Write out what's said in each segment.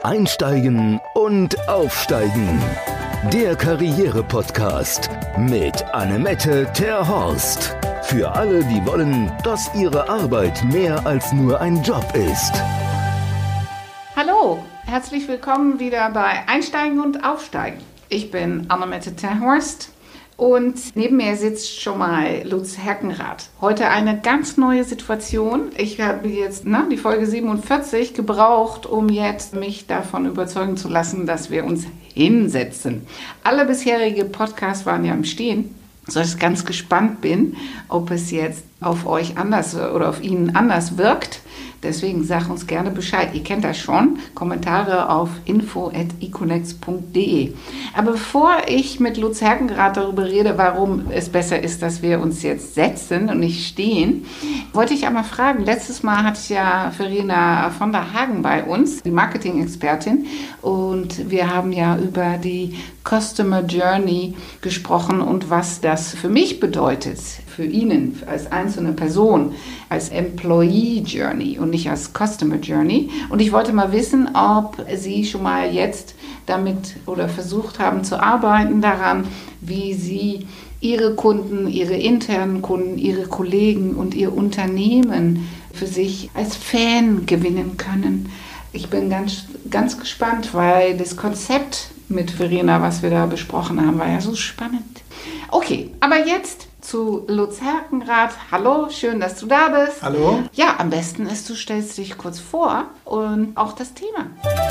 Einsteigen und Aufsteigen. Der Karriere-Podcast mit Annemette Terhorst. Für alle, die wollen, dass ihre Arbeit mehr als nur ein Job ist. Hallo, herzlich willkommen wieder bei Einsteigen und Aufsteigen. Ich bin Annemette Terhorst und neben mir sitzt schon mal Lutz Herkenrath. Heute eine ganz neue Situation. Ich habe jetzt die Folge 47 gebraucht, um jetzt mich davon überzeugen zu lassen, dass wir uns hinsetzen. Alle bisherigen Podcasts waren ja im Stehen, sodass ich ganz gespannt bin, ob es jetzt auf euch anders oder auf Ihnen anders wirkt. Deswegen sag uns gerne Bescheid. Ihr kennt das schon. Kommentare auf info@econex.de. Aber bevor ich mit Lutz Herkenrath darüber rede, warum es besser ist, dass wir uns jetzt setzen und nicht stehen, wollte ich einmal fragen. Letztes Mal hatte ich ja Verena von der Hagen bei uns, die Marketing-Expertin. Und wir haben ja über die Customer Journey gesprochen und was das für mich bedeutet, für Ihnen als einzelne Person, als Employee Journey und nicht als Customer Journey. Und ich wollte mal wissen, ob Sie schon mal jetzt damit oder versucht haben zu arbeiten daran, wie Sie Ihre Kunden, Ihre internen Kunden, Ihre Kollegen und Ihr Unternehmen für sich als Fan gewinnen können. Ich bin ganz gespannt, weil das Konzept mit Verena, was wir da besprochen haben, war ja so spannend. Okay, aber jetzt zu Lutz Herkenrath. Hallo, schön, dass du da bist. Hallo. Ja, am besten ist, du stellst dich kurz vor und auch das Thema.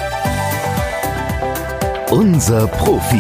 Unser Profi.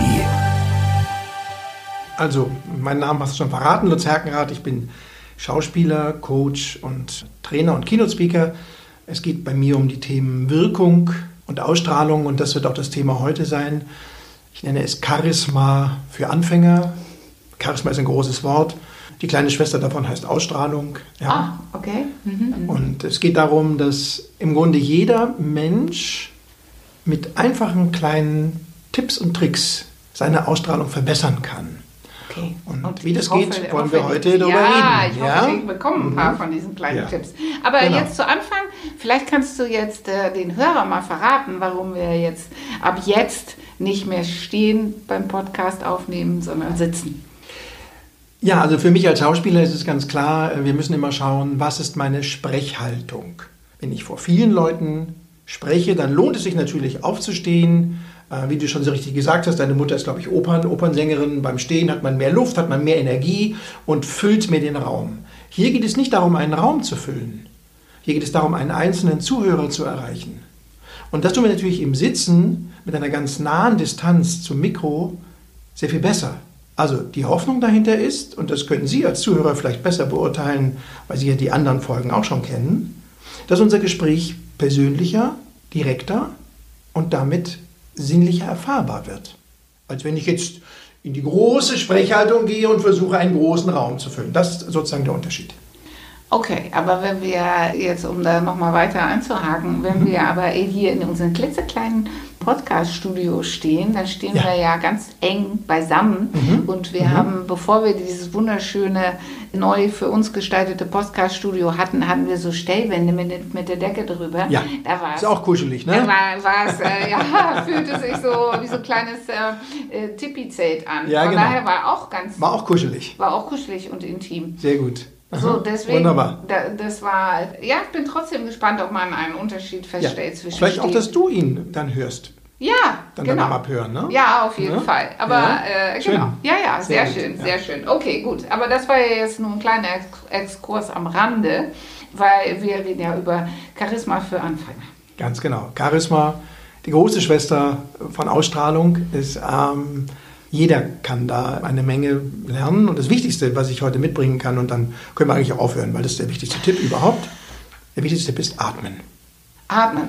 Also, mein Name hast du schon verraten, Lutz Herkenrath. Ich bin Schauspieler, Coach und Trainer und Keynote-Speaker. Es geht bei mir um die Themen Wirkung und Ausstrahlung und das wird auch das Thema heute sein. Ich nenne es Charisma für Anfänger. Charisma ist ein großes Wort. Die kleine Schwester davon heißt Ausstrahlung. Ja. Okay. Und es geht darum, dass im Grunde jeder Mensch mit einfachen kleinen Tipps und Tricks seine Ausstrahlung verbessern kann. Okay. Und wie das geht, wollen wir heute darüber reden. Ich hoffe, wir bekommen ein paar von diesen kleinen Tipps. Aber jetzt zu Anfang, vielleicht kannst du jetzt den Hörer mal verraten, warum wir jetzt ab jetzt nicht mehr stehen beim Podcast aufnehmen, sondern sitzen. Ja, also für mich als Schauspieler ist es ganz klar, wir müssen immer schauen, was ist meine Sprechhaltung. Wenn ich vor vielen Leuten spreche, dann lohnt es sich natürlich aufzustehen. Wie du schon so richtig gesagt hast, deine Mutter ist, glaube ich, Opernsängerin. Beim Stehen hat man mehr Luft, hat man mehr Energie und füllt mehr den Raum. Hier geht es nicht darum, einen Raum zu füllen. Hier geht es darum, einen einzelnen Zuhörer zu erreichen. Und das tun wir natürlich im Sitzen mit einer ganz nahen Distanz zum Mikro sehr viel besser. Also die Hoffnung dahinter ist, und das können Sie als Zuhörer vielleicht besser beurteilen, weil Sie ja die anderen Folgen auch schon kennen, dass unser Gespräch persönlicher, direkter und damit sinnlicher erfahrbar wird. Als wenn ich jetzt in die große Sprechhaltung gehe und versuche, einen großen Raum zu füllen. Das ist sozusagen der Unterschied. Okay, aber wenn wir jetzt, um da nochmal weiter einzuhaken, wenn wir aber hier in unserem klitzekleinen Podcast-Studio stehen, dann stehen wir ja ganz eng beisammen und wir haben, bevor wir dieses wunderschöne, neu für uns gestaltete Podcast-Studio hatten, hatten wir so Stellwände mit der Decke drüber. Ja, ist auch kuschelig, ne? Da fühlte sich so wie so ein kleines Tipi-Zelt an. Ja, Von genau. daher war auch kuschelig. War auch kuschelig und intim. Sehr gut. So, deswegen, wunderbar. Das war, ja, ich bin trotzdem gespannt, ob man einen Unterschied feststellt zwischen vielleicht auch, dass du ihn dann hörst. Ja, dann genau. Dann abhören, ne? Ja, auf jeden Fall. Aber genau. Ja, sehr schön, gut, sehr schön. Okay, gut. Aber das war ja jetzt nur ein kleiner Exkurs am Rande, weil wir reden ja über Charisma für Anfänger. Ganz genau. Charisma, die große Schwester von Ausstrahlung, ist jeder kann da eine Menge lernen. Und das Wichtigste, was ich heute mitbringen kann, und dann können wir eigentlich auch aufhören, weil das ist der wichtigste Tipp überhaupt. Der wichtigste Tipp ist atmen. Atmen.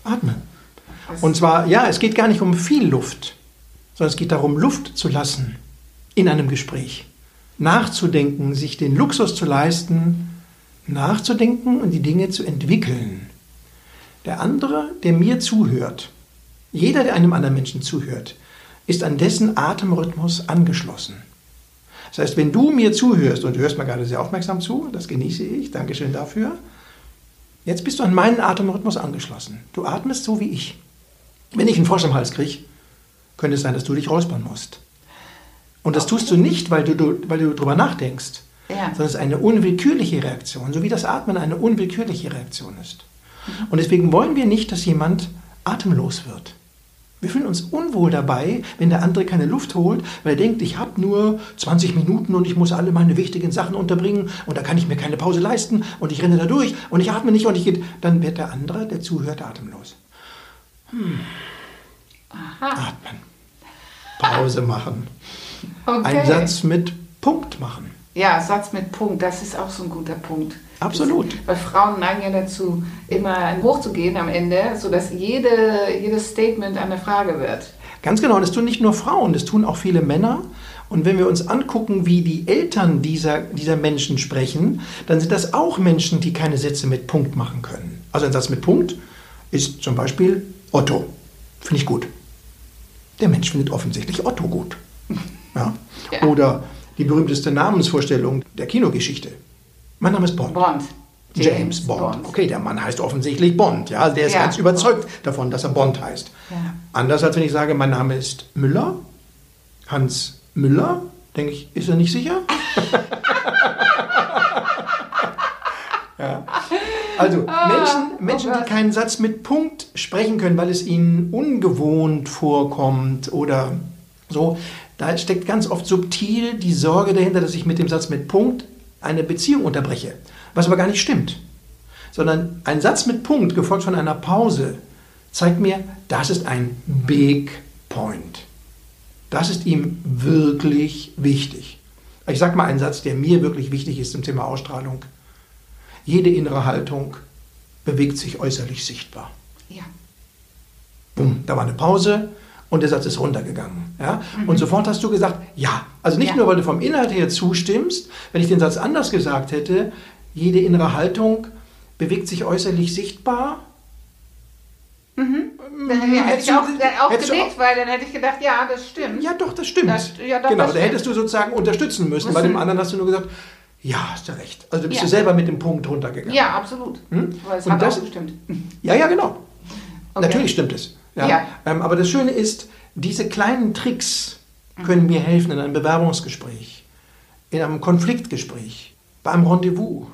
Und zwar, es geht gar nicht um viel Luft, sondern es geht darum, Luft zu lassen in einem Gespräch. Nachzudenken, sich den Luxus zu leisten, nachzudenken und die Dinge zu entwickeln. Der andere, der mir zuhört, jeder, der einem anderen Menschen zuhört, ist an dessen Atemrhythmus angeschlossen. Das heißt, wenn du mir zuhörst, und du hörst mir gerade sehr aufmerksam zu, das genieße ich, Dankeschön dafür, jetzt bist du an meinen Atemrhythmus angeschlossen. Du atmest so wie ich. Wenn ich einen Frosch im Hals kriege, könnte es sein, dass du dich räuspern musst. Und das tust du nicht, weil du drüber nachdenkst, sondern es ist eine unwillkürliche Reaktion, so wie das Atmen eine unwillkürliche Reaktion ist. Und deswegen wollen wir nicht, dass jemand atemlos wird. Wir fühlen uns unwohl dabei, wenn der andere keine Luft holt, weil er denkt, ich habe nur 20 Minuten und ich muss alle meine wichtigen Sachen unterbringen und da kann ich mir keine Pause leisten und ich renne da durch und ich atme nicht und dann wird der andere, der zuhört, atemlos. Atmen. Pause machen. Okay. Einen Satz mit Punkt machen. Ja, Satz mit Punkt, das ist auch so ein guter Punkt. Absolut. Weil Frauen neigen ja dazu, immer hochzugehen am Ende, sodass jedes Statement eine Frage wird. Ganz genau, das tun nicht nur Frauen, das tun auch viele Männer. Und wenn wir uns angucken, wie die Eltern dieser Menschen sprechen, dann sind das auch Menschen, die keine Sätze mit Punkt machen können. Also ein Satz mit Punkt ist zum Beispiel Otto. Finde ich gut. Der Mensch findet offensichtlich Otto gut. Ja? Ja. Oder die berühmteste Namensvorstellung der Kinogeschichte. Mein Name ist Bond. James Bond. Okay, der Mann heißt offensichtlich Bond. Ja? Der ist ganz überzeugt davon, dass er Bond heißt. Ja. Anders als wenn ich sage, mein Name ist Müller, Hans Müller, denke ich, ist er nicht sicher? Ja. Also Menschen, die keinen Satz mit Punkt sprechen können, weil es ihnen ungewohnt vorkommt oder so, da steckt ganz oft subtil die Sorge dahinter, dass ich mit dem Satz mit Punkt eine Beziehung unterbreche. Was aber gar nicht stimmt. Sondern ein Satz mit Punkt, gefolgt von einer Pause, zeigt mir, das ist ein Big Point. Das ist ihm wirklich wichtig. Ich sage mal einen Satz, der mir wirklich wichtig ist zum Thema Ausstrahlung. Jede innere Haltung bewegt sich äußerlich sichtbar. Ja. Bumm, da war eine Pause und der Satz ist runtergegangen. Ja? Und sofort hast du gesagt, ja. Also nicht nur, weil du vom Inhalt her zustimmst, wenn ich den Satz anders gesagt hätte, jede innere Haltung bewegt sich äußerlich sichtbar. Dann hätte ich auch genickt, weil dann hätte ich gedacht, ja, das stimmt. Ja, doch, das stimmt. Genau, da hättest du sozusagen unterstützen müssen. Bei dem anderen hast du nur gesagt, ja, hast du recht. Also bist du selber mit dem Punkt runtergegangen. Ja, absolut. Weil es hat auch gestimmt. Ja, genau. Okay. Natürlich stimmt es. Ja. Aber das Schöne ist, diese kleinen Tricks können mir helfen in einem Bewerbungsgespräch, in einem Konfliktgespräch, bei einem Rendezvous.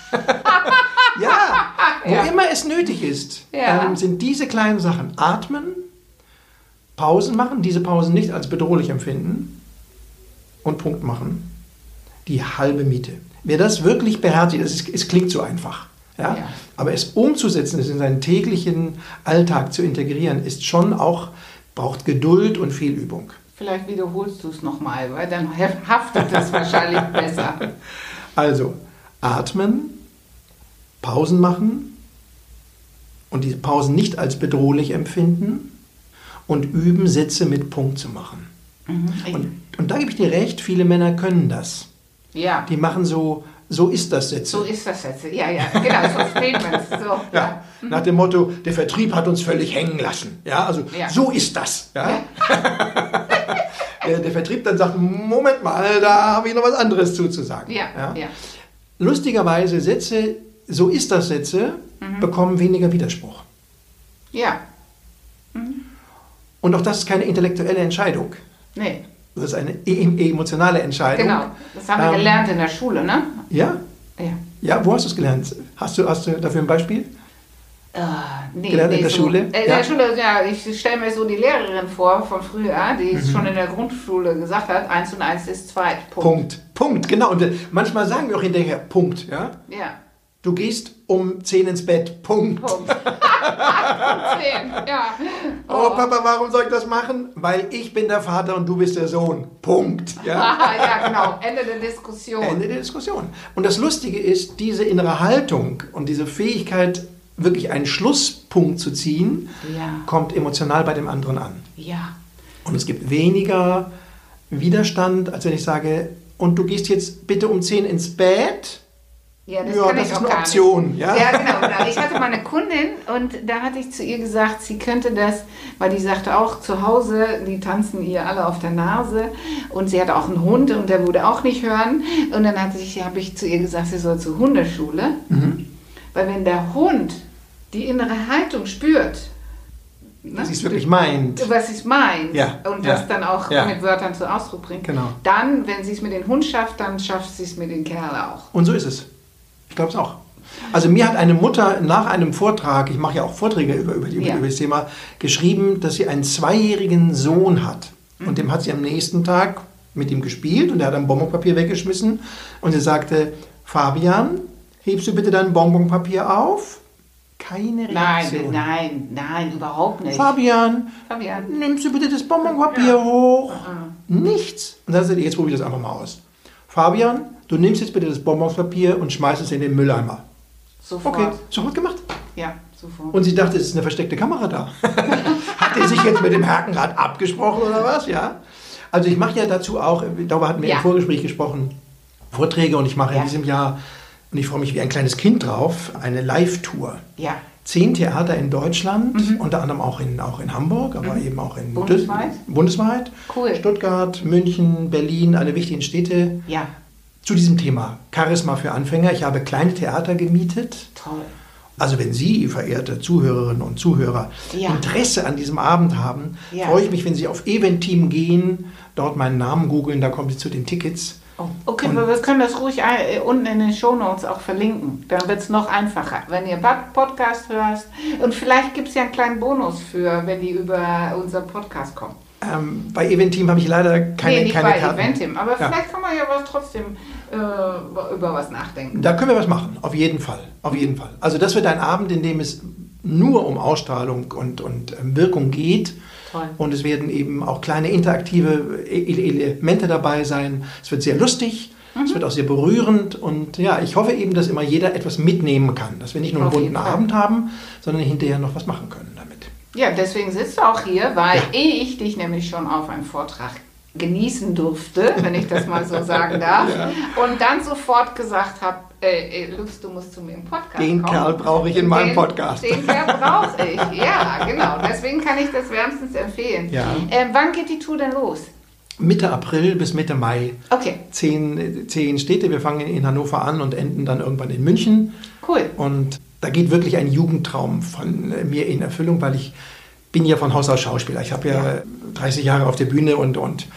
Wo immer es nötig ist, sind diese kleinen Sachen. Atmen, Pausen machen, diese Pausen nicht als bedrohlich empfinden und Punkt machen. Die halbe Miete. Wer das wirklich beherzigt, es klingt so einfach, aber es umzusetzen, es in seinen täglichen Alltag zu integrieren, ist schon auch, braucht Geduld und viel Übung. Vielleicht wiederholst du es nochmal, weil dann haftet es wahrscheinlich besser. Also, atmen, Pausen machen und diese Pausen nicht als bedrohlich empfinden und üben, Sätze mit Punkt zu machen. Und da gebe ich dir recht, viele Männer können das. Ja. Die machen so ist das Sätze. So ist das Sätze, ja, genau, so Statements. So, ja. Nach dem Motto, der Vertrieb hat uns völlig hängen lassen. Ja, also so ist das. Ja? Der Vertrieb dann sagt, Moment mal, da habe ich noch was anderes zuzusagen. Ja. Lustigerweise Sätze, so ist das Sätze, bekommen weniger Widerspruch. Ja. Und auch das ist keine intellektuelle Entscheidung. Nee. Das ist eine emotionale Entscheidung. Genau, das haben wir gelernt in der Schule, ne? Ja? Ja, wo hast du es gelernt? Hast du dafür ein Beispiel? Gelernt in der Schule? In der Schule, ja, ich stelle mir so die Lehrerin vor von früher, die schon in der Grundschule gesagt hat, 1 und 1 ist 2. Punkt, genau. Und manchmal sagen wir auch hinterher Punkt, ja? Ja. Du gehst um 10 ins Bett, Punkt. 10, ja. Oh Papa, warum soll ich das machen? Weil ich bin der Vater und du bist der Sohn, Punkt. Ja, ja genau, Ende der Diskussion. Ende der Diskussion. Und das Lustige ist, diese innere Haltung und diese Fähigkeit, wirklich einen Schlusspunkt zu ziehen, kommt emotional bei dem anderen an. Ja. Und es gibt weniger Widerstand, als wenn ich sage, und du gehst jetzt bitte um 10 ins Bett. Ja, das ist eine Option. Ja, genau. Ich hatte mal eine Kundin und da hatte ich zu ihr gesagt, sie könnte das, weil die sagte auch zu Hause, die tanzen ihr alle auf der Nase und sie hatte auch einen Hund und der würde auch nicht hören. Und dann habe ich zu ihr gesagt, sie soll zur Hundeschule, weil wenn der Hund die innere Haltung spürt, dass sie es wirklich meint. Was sie es meint. Ja. Und das dann auch mit Wörtern zu Ausdruck bringt. Genau. Dann, wenn sie es mit dem Hund schafft, dann schafft sie es mit dem Kerl auch. Und so ist es. Ich glaube es auch. Also mir hat eine Mutter nach einem Vortrag, ich mache ja auch Vorträge über das Thema, geschrieben, dass sie einen 2-jährigen Sohn hat. Und dem hat sie am nächsten Tag mit ihm gespielt und er hat ein Bonbonpapier weggeschmissen. Und sie sagte, Fabian, hebst du bitte dein Bonbonpapier auf? Keine Reaktion. Nein, überhaupt nicht. Fabian, nimmst du bitte das Bonbonpapier hoch? Nichts. Und dann sagt sie, jetzt probier das einfach mal aus. Fabian, du nimmst jetzt bitte das Bonbonpapier und schmeißt es in den Mülleimer. Sofort. Okay, sofort gemacht. Ja, sofort. Und sie dachte, es ist eine versteckte Kamera da. Hat er sich jetzt mit dem Hakenrad abgesprochen oder was? Ja. Also ich mache ja dazu auch, darüber hatten wir im Vorgespräch gesprochen, Vorträge und ich mache in diesem Jahr, und ich freue mich wie ein kleines Kind drauf, eine Live-Tour. Ja. 10 Theater in Deutschland, unter anderem auch in Hamburg, aber eben auch in Bundesweit. Cool. Stuttgart, München, Berlin, alle wichtigen Städte. Ja. Zu diesem Thema Charisma für Anfänger. Ich habe kleine Theater gemietet. Toll. Also wenn Sie, verehrte Zuhörerinnen und Zuhörer, Interesse an diesem Abend haben, freue ich mich, wenn Sie auf Eventim gehen, dort meinen Namen googeln, da kommen Sie zu den Tickets. Oh, okay, aber wir können das ruhig unten in den Shownotes auch verlinken. Dann wird es noch einfacher, wenn ihr Podcast hörst. Und vielleicht gibt es ja einen kleinen Bonus wenn die über unseren Podcast kommen. Bei Eventim habe ich leider keine nicht Karten. Bei Eventim, aber vielleicht kann man ja trotzdem über was nachdenken. Da können wir was machen, auf jeden Fall. Auf jeden Fall. Also das wird ein Abend, in dem es nur um Ausstrahlung und Wirkung geht. Toll. Und es werden eben auch kleine interaktive Elemente dabei sein. Es wird sehr lustig, es wird auch sehr berührend. Und ja, ich hoffe eben, dass immer jeder etwas mitnehmen kann. Dass wir nicht nur einen bunten Abend haben, sondern hinterher noch was machen können damit. Ja, deswegen sitzt du auch hier, weil ich dich nämlich schon auf einen Vortrag genießen durfte, wenn ich das mal so sagen darf. Und dann sofort gesagt habe, Lutz, du musst zu mir im Podcast kommen. Den Kerl brauche ich in meinem Podcast. Den Kerl brauche ich, ja, genau. Deswegen kann ich das wärmstens empfehlen. Ja. Wann geht die Tour denn los? Mitte April bis Mitte Mai. Okay. 10 Städte. Wir fangen in Hannover an und enden dann irgendwann in München. Cool. Und da geht wirklich ein Jugendtraum von mir in Erfüllung, weil ich bin ja von Haus aus Schauspieler. Ich habe ja 30 Jahre auf der Bühne und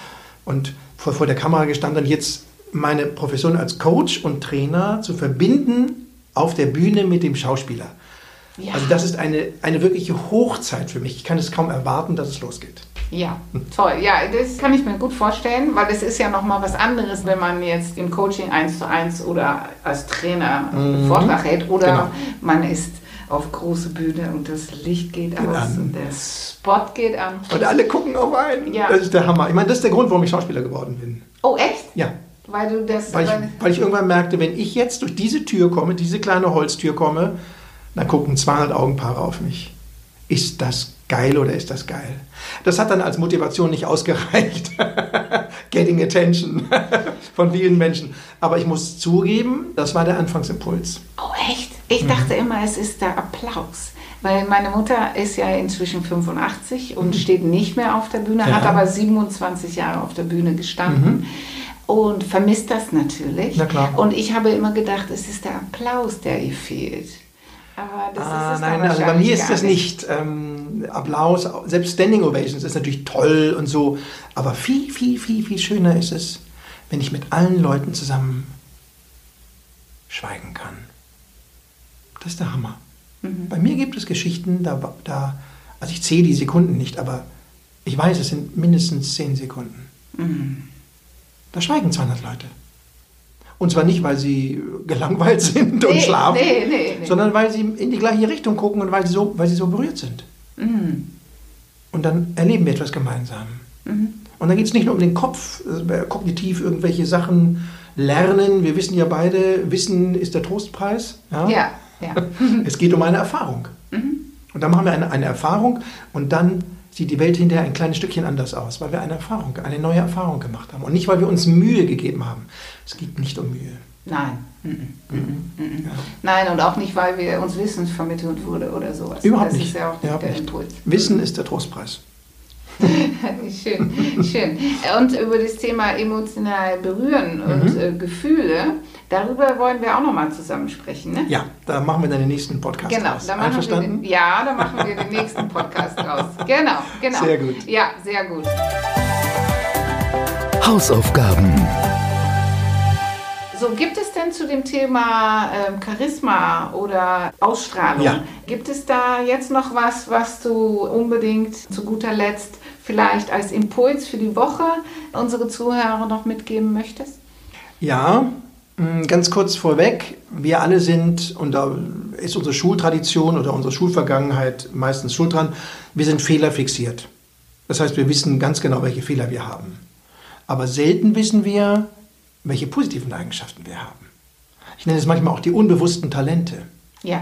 vor der Kamera gestanden. Und jetzt meine Profession als Coach und Trainer zu verbinden auf der Bühne mit dem Schauspieler. Ja. Also das ist eine wirkliche Hochzeit für mich. Ich kann es kaum erwarten, dass es losgeht. Ja, toll. Ja, das kann ich mir gut vorstellen, weil es ist ja nochmal was anderes, wenn man jetzt im Coaching 1:1 oder als Trainer einen Vortrag hält oder man ist auf große Bühne und das Licht geht aus und der Spot geht an. Und alle gucken auf einen. Ja. Das ist der Hammer. Ich meine, das ist der Grund, warum ich Schauspieler geworden bin. Oh, echt? Ja. Weil du das... Weil ich irgendwann merkte, wenn ich jetzt durch diese Tür komme, diese kleine Holztür komme, dann gucken 200 Augenpaare auf mich. Ist das geil oder ist das geil? Das hat dann als Motivation nicht ausgereicht. Getting attention von vielen Menschen. Aber ich muss zugeben, das war der Anfangsimpuls. Oh, echt? Ich dachte immer, es ist der Applaus. Weil meine Mutter ist ja inzwischen 85 und steht nicht mehr auf der Bühne, hat aber 27 Jahre auf der Bühne gestanden. Und vermisst das natürlich. Na klar. Und ich habe immer gedacht, es ist der Applaus, der ihr fehlt. Aber das ist es nein, also bei mir ist das nicht. Applaus, selbst Standing Ovations ist natürlich toll und so. Aber viel, viel, viel, viel schöner ist es, wenn ich mit allen Leuten zusammen schweigen kann. Das ist der Hammer. Bei mir gibt es Geschichten, also ich zähle die Sekunden nicht, aber ich weiß, es sind mindestens 10 Sekunden. Da schweigen 200 Leute. Und zwar nicht, weil sie gelangweilt sind und schlafen, sondern weil sie in die gleiche Richtung gucken und weil sie so berührt sind. Und dann erleben wir etwas gemeinsam. Und dann geht es nicht nur um den Kopf, kognitiv irgendwelche Sachen lernen. Wir wissen ja beide, Wissen ist der Trostpreis. Ja. Es geht um eine Erfahrung. Und dann machen wir eine Erfahrung und dann sieht die Welt hinterher ein kleines Stückchen anders aus, weil wir eine neue Erfahrung gemacht haben. Und nicht, weil wir uns Mühe gegeben haben. Es geht nicht um Mühe. Nein. Ja. Nein, und auch nicht, weil wir uns Wissen vermittelt wurde oder sowas. Überhaupt das nicht. Ist ja auch nicht der Impuls. Wissen ist der Trostpreis. Schön. Und über das Thema emotional berühren und Gefühle Darüber wollen wir auch nochmal zusammen sprechen, ne? Ja, da machen wir dann den nächsten Podcast raus. Da machen wir den nächsten Podcast raus. Genau. Sehr gut. Ja, sehr gut. Hausaufgaben. So, gibt es denn zu dem Thema Charisma oder Ausstrahlung, gibt es da jetzt noch was du unbedingt zu guter Letzt vielleicht als Impuls für die Woche unsere Zuhörer noch mitgeben möchtest? Ja, ganz kurz vorweg, wir alle sind, und da ist unsere Schultradition oder unsere Schulvergangenheit meistens schuld dran, wir sind fehlerfixiert. Das heißt, wir wissen ganz genau, welche Fehler wir haben. Aber selten wissen wir, welche positiven Eigenschaften wir haben. Ich nenne es manchmal auch die unbewussten Talente. Ja.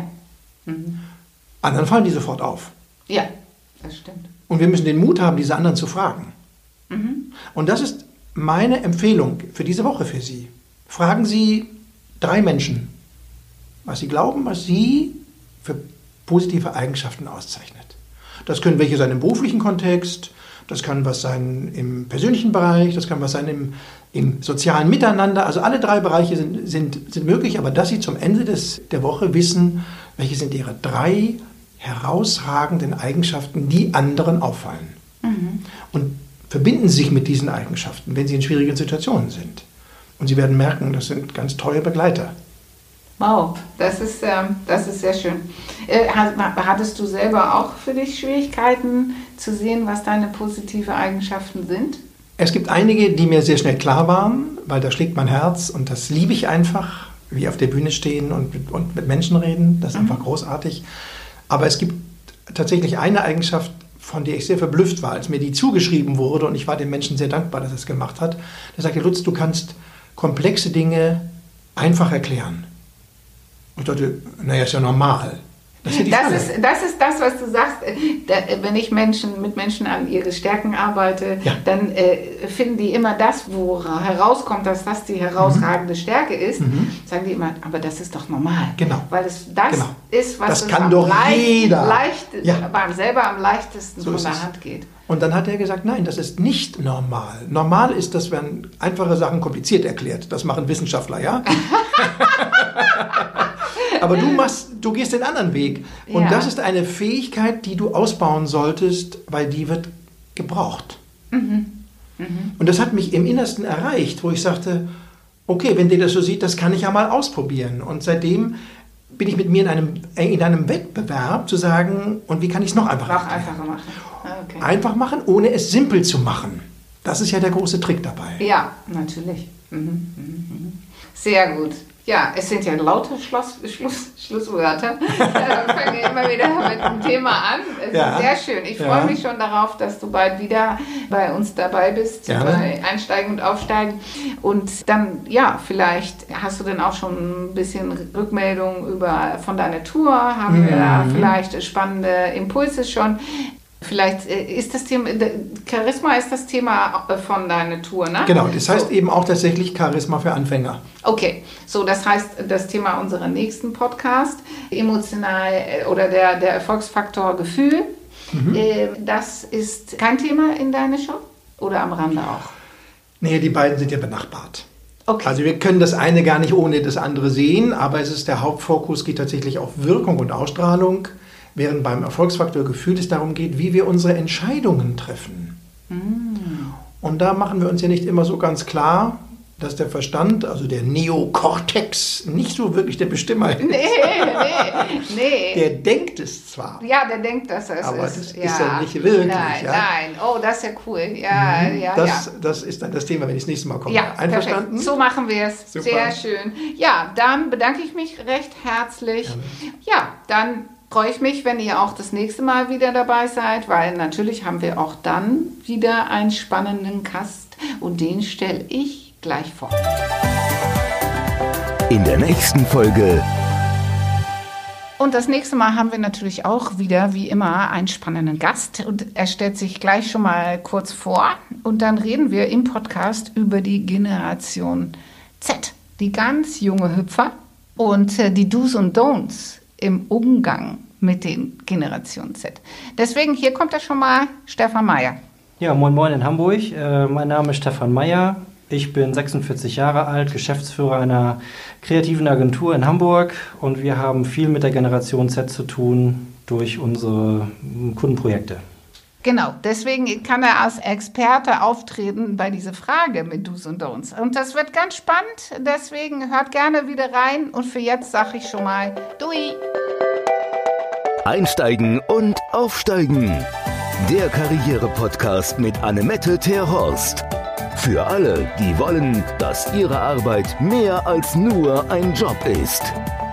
Anderen fallen die sofort auf. Ja, das stimmt. Und wir müssen den Mut haben, diese anderen zu fragen. Und das ist meine Empfehlung für diese Woche für Sie. Fragen Sie 3 Menschen, was sie glauben, was sie für positive Eigenschaften auszeichnet. Das können welche sein im beruflichen Kontext, das kann was sein im persönlichen Bereich, das kann was sein im sozialen Miteinander. Also alle 3 Bereiche sind möglich, aber dass Sie zum Ende der Woche wissen, welche sind Ihre 3 herausragenden Eigenschaften, die anderen auffallen. Und verbinden Sie sich mit diesen Eigenschaften, wenn Sie in schwierigen Situationen sind. Und Sie werden merken, das sind ganz treue Begleiter. Wow, das ist sehr schön. Hattest du selber auch für dich Schwierigkeiten zu sehen, was deine positiven Eigenschaften sind? Es gibt einige, die mir sehr schnell klar waren, weil da schlägt mein Herz und das liebe ich einfach, wie auf der Bühne stehen und mit Menschen reden. Das ist einfach großartig. Aber es gibt tatsächlich eine Eigenschaft, von der ich sehr verblüfft war, als mir die zugeschrieben wurde, und ich war dem Menschen sehr dankbar, dass er es gemacht hat. Der sagte: Lutz, du kannst komplexe Dinge einfach erklären. Und ich dachte, naja, ist ja normal. Das ist das, was du sagst. Wenn ich mit Menschen an ihre Stärken arbeite, dann finden die immer das, wo herauskommt, dass das die herausragende Stärke ist, sagen die immer, aber das ist doch normal. Genau. Weil das ist, was das kann doch jeder. Selber am leichtesten so von der Hand geht. Und dann hat er gesagt, nein, das ist nicht normal. Normal ist, dass man einfache Sachen kompliziert erklärt. Das machen Wissenschaftler, ja? Aber du gehst den anderen Weg. Und das ist eine Fähigkeit, die du ausbauen solltest, weil die wird gebraucht. Und das hat mich im Innersten erreicht, wo ich sagte, okay, wenn der das so sieht, das kann ich ja mal ausprobieren. Und seitdem bin ich mit mir in einem Wettbewerb zu sagen, und wie kann ich es noch einfacher machen? Okay. Einfach machen, ohne es simpel zu machen. Das ist ja der große Trick dabei. Ja, natürlich. Sehr gut. Ja, es sind ja lauter Schlusswörter. Wir fangen ja immer wieder mit dem Thema an. Es ist sehr schön. Ich freue mich schon darauf, dass du bald wieder bei uns dabei bist, bei Einsteigen und Aufsteigen. Und dann, vielleicht hast du dann auch schon ein bisschen Rückmeldung von deiner Tour. Haben wir da vielleicht spannende Impulse schon? Vielleicht ist das Thema, Charisma ist das Thema von deiner Tour, ne? Genau, das heißt eben auch tatsächlich Charisma für Anfänger. Okay, so das heißt, das Thema unserer nächsten Podcast, emotional oder der Erfolgsfaktor Gefühl, das ist kein Thema in deiner Show oder am Rande auch? Nee, die beiden sind ja benachbart. Okay. Also wir können das eine gar nicht ohne das andere sehen, aber der Hauptfokus geht tatsächlich auf Wirkung und Ausstrahlung. Während beim Erfolgsfaktor Gefühl es darum geht, wie wir unsere Entscheidungen treffen. Und da machen wir uns ja nicht immer so ganz klar, dass der Verstand, also der Neokortex, nicht so wirklich der Bestimmer ist. Nee. Der denkt es zwar. Ja, der denkt, dass er es aber ist. Das ist ja nicht wirklich. Nein. Oh, das ist ja cool. Das ist dann das Thema, wenn ich das nächste Mal komme. Ja, einverstanden? Perfekt. So machen wir es. Super. Sehr schön. Ja, dann bedanke ich mich recht herzlich. Ja, dann freue ich mich, wenn ihr auch das nächste Mal wieder dabei seid, weil natürlich haben wir auch dann wieder einen spannenden Gast und den stelle ich gleich vor. In der nächsten Folge. Und das nächste Mal haben wir natürlich auch wieder, wie immer, einen spannenden Gast. Und er stellt sich gleich schon mal kurz vor. Und dann reden wir im Podcast über die Generation Z, die ganz junge Hüpfer und die Do's und Don'ts im Umgang mit den Generation Z. Deswegen, hier kommt er schon mal, Stefan Meyer. Ja, moin moin in Hamburg. Mein Name ist Stefan Meyer. Ich bin 46 Jahre alt, Geschäftsführer einer kreativen Agentur in Hamburg und wir haben viel mit der Generation Z zu tun durch unsere Kundenprojekte. Genau, deswegen kann er als Experte auftreten bei dieser Frage mit Do's und Don'ts. Und das wird ganz spannend, deswegen hört gerne wieder rein. Und für jetzt sage ich schon mal, Dui! Einsteigen und aufsteigen. Der Karriere-Podcast mit Annemette Terhorst. Für alle, die wollen, dass ihre Arbeit mehr als nur ein Job ist.